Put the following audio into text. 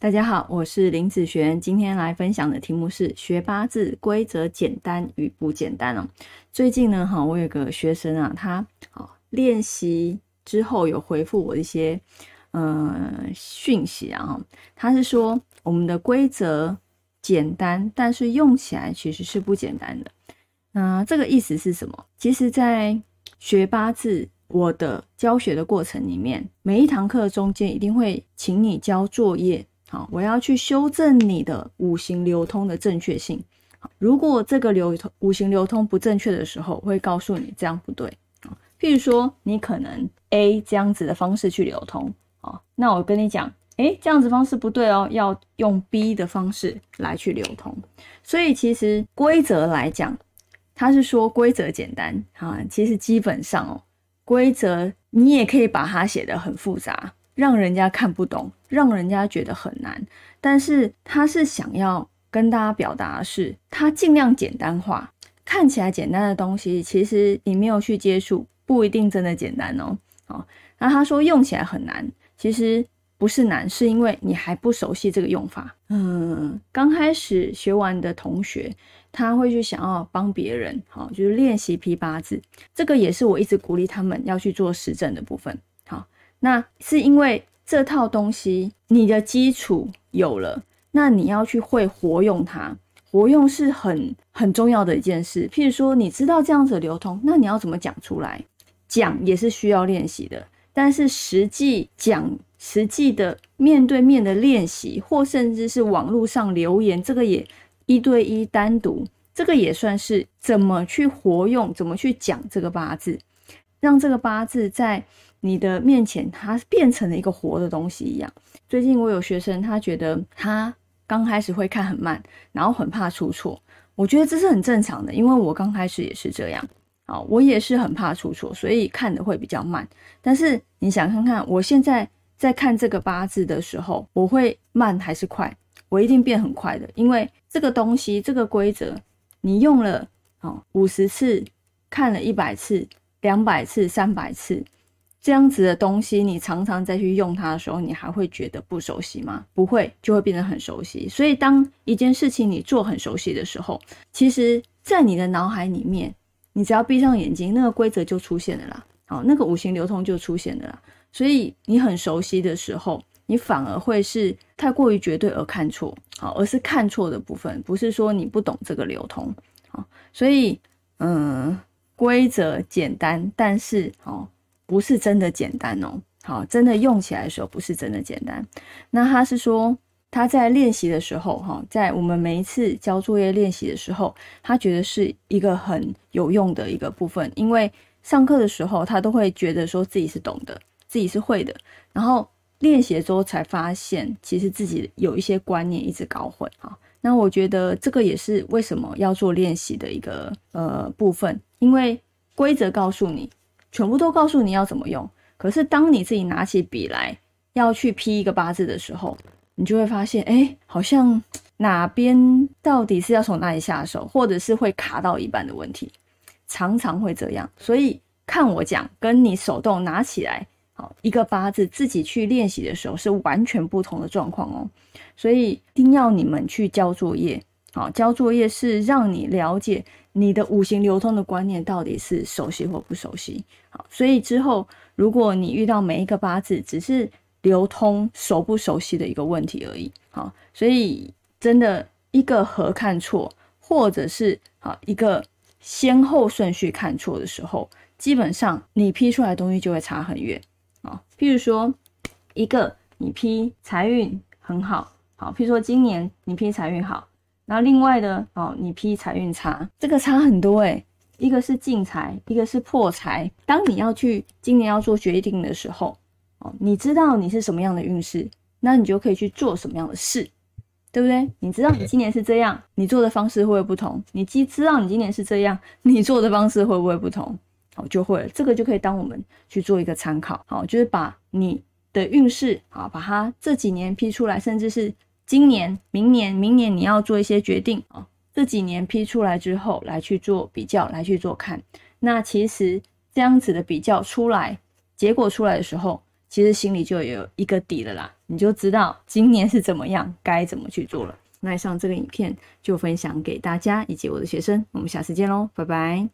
大家好，我是林子璇，今天来分享的题目是学八字规则简单与不简单哦。最近呢，我有个学生啊，他练习之后有回复我一些讯息啊，他是说我们的规则简单，但是用起来其实是不简单的。这个意思是什么？其实在学八字我的教学的过程里面，每一堂课中间一定会请你交作业，我要去修正你的五行流通的正确性。如果这个五行流通不正确的时候，会告诉你这样不对。譬如说你可能 A 这样子的方式去流通，那我跟你讲这样子方式不对哦，要用 B 的方式来去流通。所以其实规则来讲，他是说规则简单其实基本上规则你也可以把它写得很复杂，让人家看不懂，让人家觉得很难，但是他是想要跟大家表达的是他尽量简单化，看起来简单的东西其实你没有去接触不一定真的简单那他说用起来很难，其实不是难，是因为你还不熟悉这个用法。刚开始学完的同学他会去想要帮别人就是练习批八字，这个也是我一直鼓励他们要去做实证的部分。那是因为这套东西你的基础有了，那你要去会活用它，活用是很重要的一件事。譬如说你知道这样子的流通，那你要怎么讲出来？讲也是需要练习的，但是实际讲，实际的面对面的练习，或甚至是网络上留言，这个也一对一单独，这个也算是怎么去活用，怎么去讲这个八字，让这个八字在你的面前它变成了一个活的东西一样。最近我有学生，他觉得他刚开始会看很慢，然后很怕出错，我觉得这是很正常的，因为我刚开始也是这样我也是很怕出错，所以看的会比较慢。但是你想看看我现在在看这个八字的时候，我会慢还是快？我一定变很快的，因为这个东西，这个规则你用了50次，看了100次200次300次，这样子的东西你常常再去用它的时候，你还会觉得不熟悉吗？不会，就会变得很熟悉。所以当一件事情你做很熟悉的时候，其实在你的脑海里面，你只要闭上眼睛，那个规则就出现了啦，那个五行流通就出现了啦。所以你很熟悉的时候，你反而会是太过于绝对而看错，而是看错的部分，不是说你不懂这个流通。所以规则简单，但是不是真的简单真的用起来的时候不是真的简单。那他是说他在练习的时候在我们每一次交作业练习的时候，他觉得是一个很有用的一个部分，因为上课的时候他都会觉得说自己是懂的，自己是会的，然后练习之后才发现其实自己有一些观念一直搞混那我觉得这个也是为什么要做练习的一个部分，因为规则告诉你，全部都告诉你要怎么用，可是当你自己拿起笔来要去批一个八字的时候，你就会发现好像哪边到底是要从哪里下手，或者是会卡到一半的问题，常常会这样。所以看我讲跟你手动拿起来一个八字自己去练习的时候是完全不同的状况所以一定要你们去交作业交作业是让你了解你的五行流通的观念到底是熟悉或不熟悉所以之后如果你遇到每一个八字只是流通熟不熟悉的一个问题而已所以真的一个合看错，或者是一个先后顺序看错的时候，基本上你批出来的东西就会差很远譬如说一个你批财运很好譬如说今年你批财运好，然后另外的你批财运差，这个差很多一个是进财，一个是破财。当你要去今年要做决定的时候你知道你是什么样的运势，那你就可以去做什么样的事，对不对？你知道你今年是这样，你做的方式会不会不同？你知道你今年是这样，你做的方式会不会不同？就会了，这个就可以当我们去做一个参考就是把你的运势把它这几年批出来，甚至是今年明年你要做一些决定这几年批出来之后来去做比较，来去做看。那其实这样子的比较出来，结果出来的时候，其实心里就有一个底了啦， 你就知道今年是怎么样，该怎么去做了。那以上这个影片就分享给大家以及我的学生，我们下次见咯，拜拜。